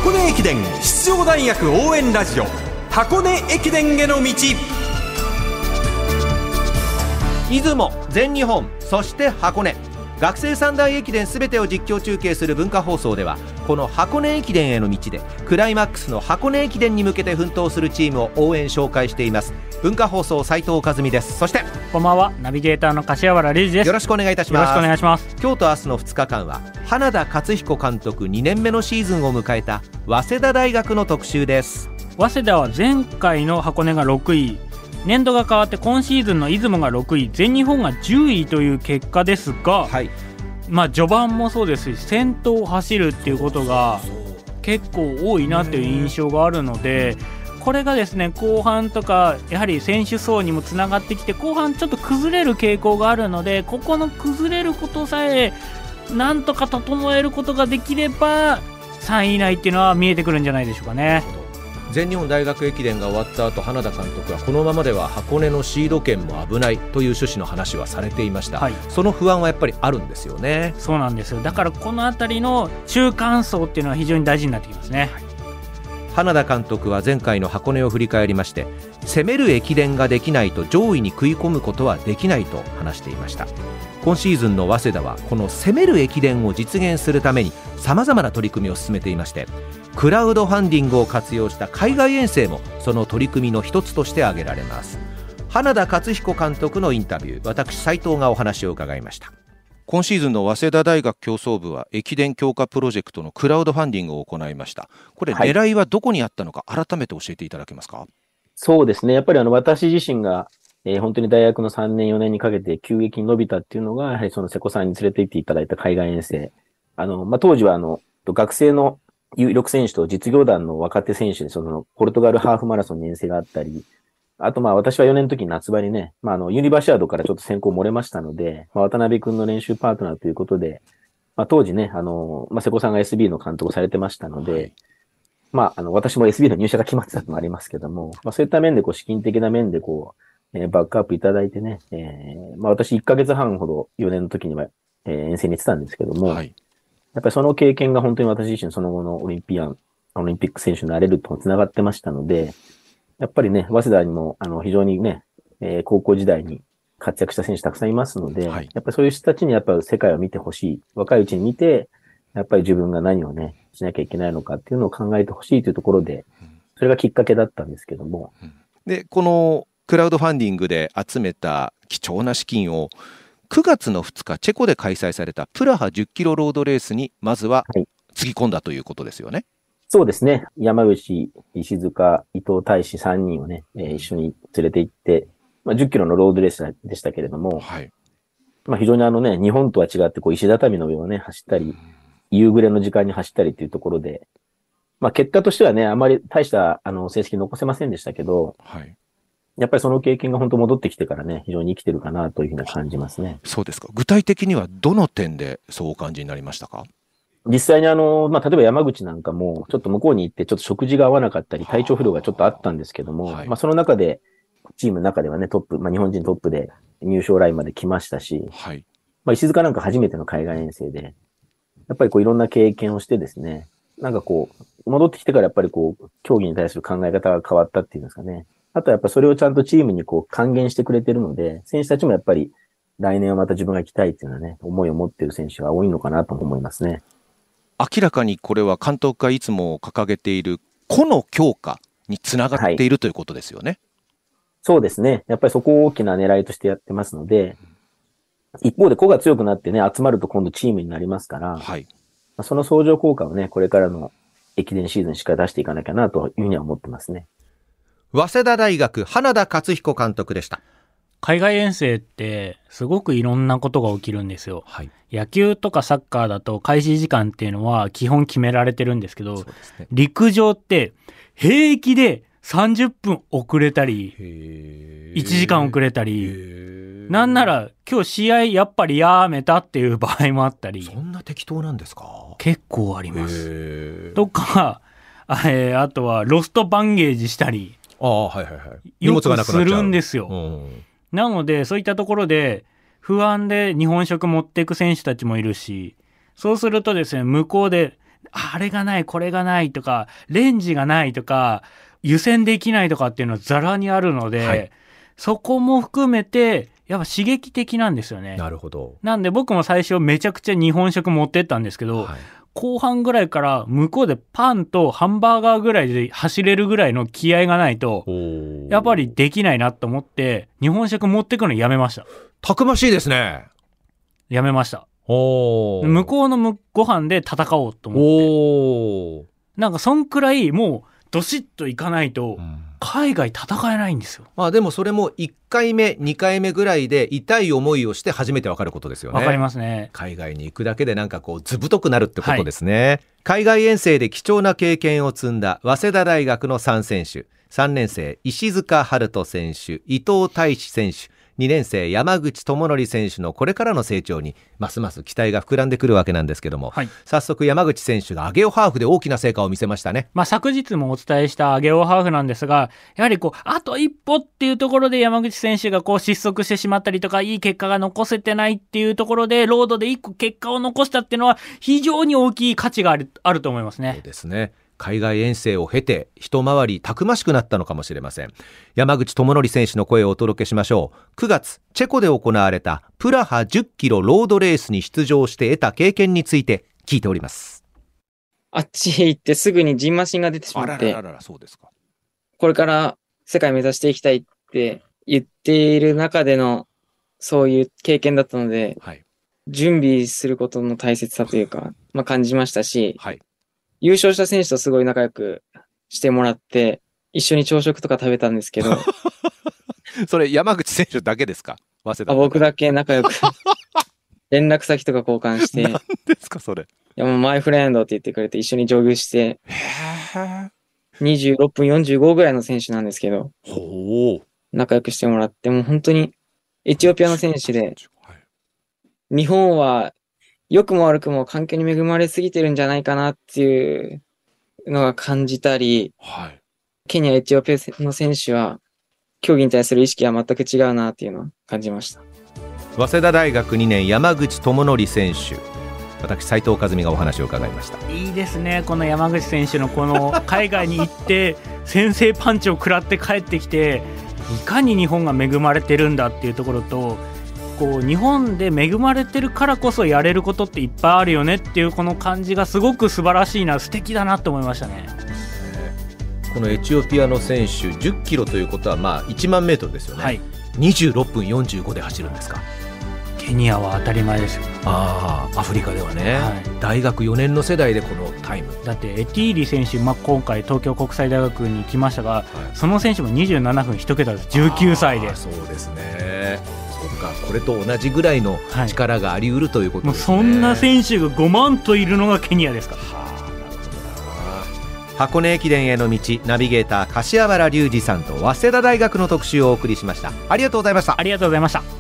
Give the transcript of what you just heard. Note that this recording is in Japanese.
箱根駅伝出場大学応援ラジオ、箱根駅伝への道。 出雲、全日本、そして箱根、学生三大駅伝すべてを実況中継する文化放送では、この箱根駅伝への道でクライマックスの箱根駅伝に向けて奮闘するチームを応援紹介しています。文化放送斉藤和美です。そしてこんばんは、ナビゲーターの柏原理事です。 よろしくお願いいたします。 よろしくお願いします。 今日と明日の2日間は花田勝彦監督2年目のシーズンを迎えた早稲田大学の特集です。 早稲田は前回の箱根が6位、年度が変わって今シーズンの出雲が6位、全日本が10位という結果ですが、 はい、 序盤もそうですし、先頭を走るっていうことが結構多いなという印象があるので、これがですね、後半とかやはり選手層にもつながってきて、後半ちょっと崩れる傾向があるので、ここの崩れることさえなんとか整えることができれば3位以内っていうのは見えてくるんじゃないでしょうかね。 全日本大学駅伝が終わった後、花田監督はこのままでは箱根のシード権も危ないという趣旨の話はされていました、はい、その不安はやっぱりあるんですよね。 そうなんですよ。だからこのあたりの中間層っていうのは非常に大事になってきますね、はい。 花田監督は前回の箱根を振り返りまして、攻める駅伝ができないと上位に食い込むことはできないと話していました。今シーズンの早稲田はこの攻める駅伝を実現するためにさまざまな取り組みを進めていまして、クラウドファンディングを活用した海外遠征もその取り組みの一つとして挙げられます。花田勝彦監督のインタビュー、私斉藤がお話を伺いました。今シーズンの早稲田大学競走部は駅伝強化プロジェクトのクラウドファンディングを行いました。これ、狙いはどこにあったのか改めて教えていただけますか？ そうですね、やっぱり私自身が、本当に大学の3年4年にかけて急激に伸びたっていうのが、やはりその瀬古さんに連れて行っていただいた海外遠征、当時は学生の有力選手と実業団の若手選手でポルトガルハーフマラソンに遠征があったり、あと私は4年の時に夏場にね、ユニバーシアードからちょっと選考漏れましたので、渡辺くんの練習パートナーということで、当時ね、瀬古さんが SB の監督をされてましたので、私も SB の入社が決まってたのもありますけども、そういった面で資金的な面でバックアップいただいてね、私1ヶ月半ほど4年の時には、遠征に行ってたんですけども、やっぱりその経験が本当に私自身その後のオリンピック選手になれるとつながってましたので、やっぱりね、早稲田にも非常にね、高校時代に活躍した選手たくさんいますので、やっぱりそういう人たちにやっぱり世界を見てほしい。若いうちに見て、やっぱり自分が何をね、しなきゃいけないのかっていうのを考えてほしいというところで、それがきっかけだったんですけども。 で、このクラウドファンディングで集めた貴重な資金を9月の2日チェコで開催されたプラハ10キロロードレースにまずはつぎ込んだということですよね。 そうですね。山口、石塚、伊藤大志3人をね、一緒に連れて行って、10キロのロードレースでしたけれども、非常に日本とは違って石畳の上をね、走ったり、夕暮れの時間に走ったりというところで、結果としてはね、あまり大した成績残せませんでしたけど、やっぱりその経験が本当戻ってきてからね、非常に生きてるかなというふうに感じますね。 そうですか。具体的にはどの点でそうお感じになりましたか？ 実際に例えば山口なんかも、ちょっと向こうに行ってちょっと食事が合わなかったり、体調不良がちょっとあったんですけども、その中で、チームの中ではね、トップ、日本人トップで入賞ラインまで来ましたし、石塚なんか初めての海外遠征で、やっぱりいろんな経験をしてですね、戻ってきてからやっぱり競技に対する考え方が変わったっていうんですかね。あとはやっぱそれをちゃんとチームに還元してくれてるので、選手たちもやっぱり来年はまた自分が行きたいっていうのはね、思いを持っている選手が多いのかなと思いますね。 明らかにこれは監督がいつも掲げている個の強化につながっているということですよね。 そうですね。やっぱりそこを大きな狙いとしてやってますので、一方で個が強くなってね、集まると今度チームになりますから、その相乗効果をね、これからの駅伝シーズンしっかり出していかなきゃなというふうには思ってますね。 早稲田大学花田勝彦監督でした。 海外遠征ってすごくいろんなことが起きるんですよ、野球とかサッカーだと開始時間っていうのは基本決められてるんですけど、陸上って平気で30分遅れたり1時間遅れたり、なんなら今日試合やっぱりやめたっていう場合もあったり。 そんな適当なんですか？ 結構あります。とかあとはロストバンゲージしたりよくするんですよ。なのでそういったところで不安で日本食持っていく選手たちもいるし、そうするとですね、向こうであれがないこれがないとかレンジがないとか湯煎できないとかっていうのはザラにあるので、はい、そこも含めてやっぱ刺激的なんですよね。 なるほど。 なんで僕も最初めちゃくちゃ日本食持ってったんですけど、はい、後半ぐらいから向こうでパンとハンバーガーぐらいで走れるぐらいの気合がないとやっぱりできないなと思って日本食持ってくのやめました。 たくましいですね。 やめました。向こうのご飯で戦おうと思って、なんかそんくらいもうどしっといかないと海外戦えないんですよ。 まあでもそれも1回目2回目ぐらいで痛い思いをして初めて分かることですよね。 分かりますね。 海外に行くだけでなんかこうずぶとくなるってことですね、はい、海外遠征で貴重な経験を積んだ早稲田大学の3選手、3年生石塚陽斗選手、伊藤大志選手、2年生山口智則選手のこれからの成長にますます期待が膨らんでくるわけなんですけども、はい、早速山口選手がアゲオハーフで大きな成果を見せましたね。 昨日もお伝えしたアゲオハーフなんですが、やはりあと一歩っていうところで山口選手が失速してしまったりとか、いい結果が残せてないっていうところでロードで一個結果を残したっていうのは非常に大きい価値があると思いますね。 そうですね。海外遠征を経て一回りたくましくなったのかもしれません。山口智則選手の声をお届けしましょう。9月チェコで行われたプラハ10キロロードレースに出場して得た経験について聞いております。 あっちへ行ってすぐにジンマシンが出てしまって、 そうですか。 これから世界目指していきたいって言っている中でのそういう経験だったので、はい、準備することの大切さというか、感じましたし、はい、優勝した選手とすごい仲良くしてもらって、一緒に朝食とか食べたんですけど。 それ山口選手だけですか？早稲田僕だけ仲良く。連絡先とか交換して。 何ですかそれ？ いやもうマイフレンドって言ってくれて一緒にジョグして。26分45ぐらいの選手なんですけど。仲良くしてもらって、もう本当にエチオピアの選手で、日本は良くも悪くも環境に恵まれすぎてるんじゃないかなっていうのが感じたり、はい、ケニア、エチオピアの選手は競技に対する意識は全く違うなっていうのを感じました。 早稲田大学2年山口智則選手、私斉藤和美がお話を伺いました。 いいですね、この山口選手のこの海外に行って先制パンチを食らって帰ってきて、いかに日本が恵まれてるんだっていうところと、日本で恵まれてるからこそやれることっていっぱいあるよねっていうこの感じがすごく素晴らしいな、素敵だなと思いましたね。 このエチオピアの選手10キロということは1万メートルですよね、はい、26分45で走るんですか？ ケニアは当たり前ですよ。 アフリカではね、はい、大学4年の世代でこのタイムだって。エティーリ選手、今回東京国際大学に来ましたが、はい、その選手も27分1桁です。19歳で。 そうですね。これと同じぐらいの力があり得るということですね、 もうそんな選手が5万といるのがケニアですか。 なるほどな。箱根駅伝への道ナビゲーター柏原隆二さんと早稲田大学の特集をお送りしました。ありがとうございました。 ありがとうございました。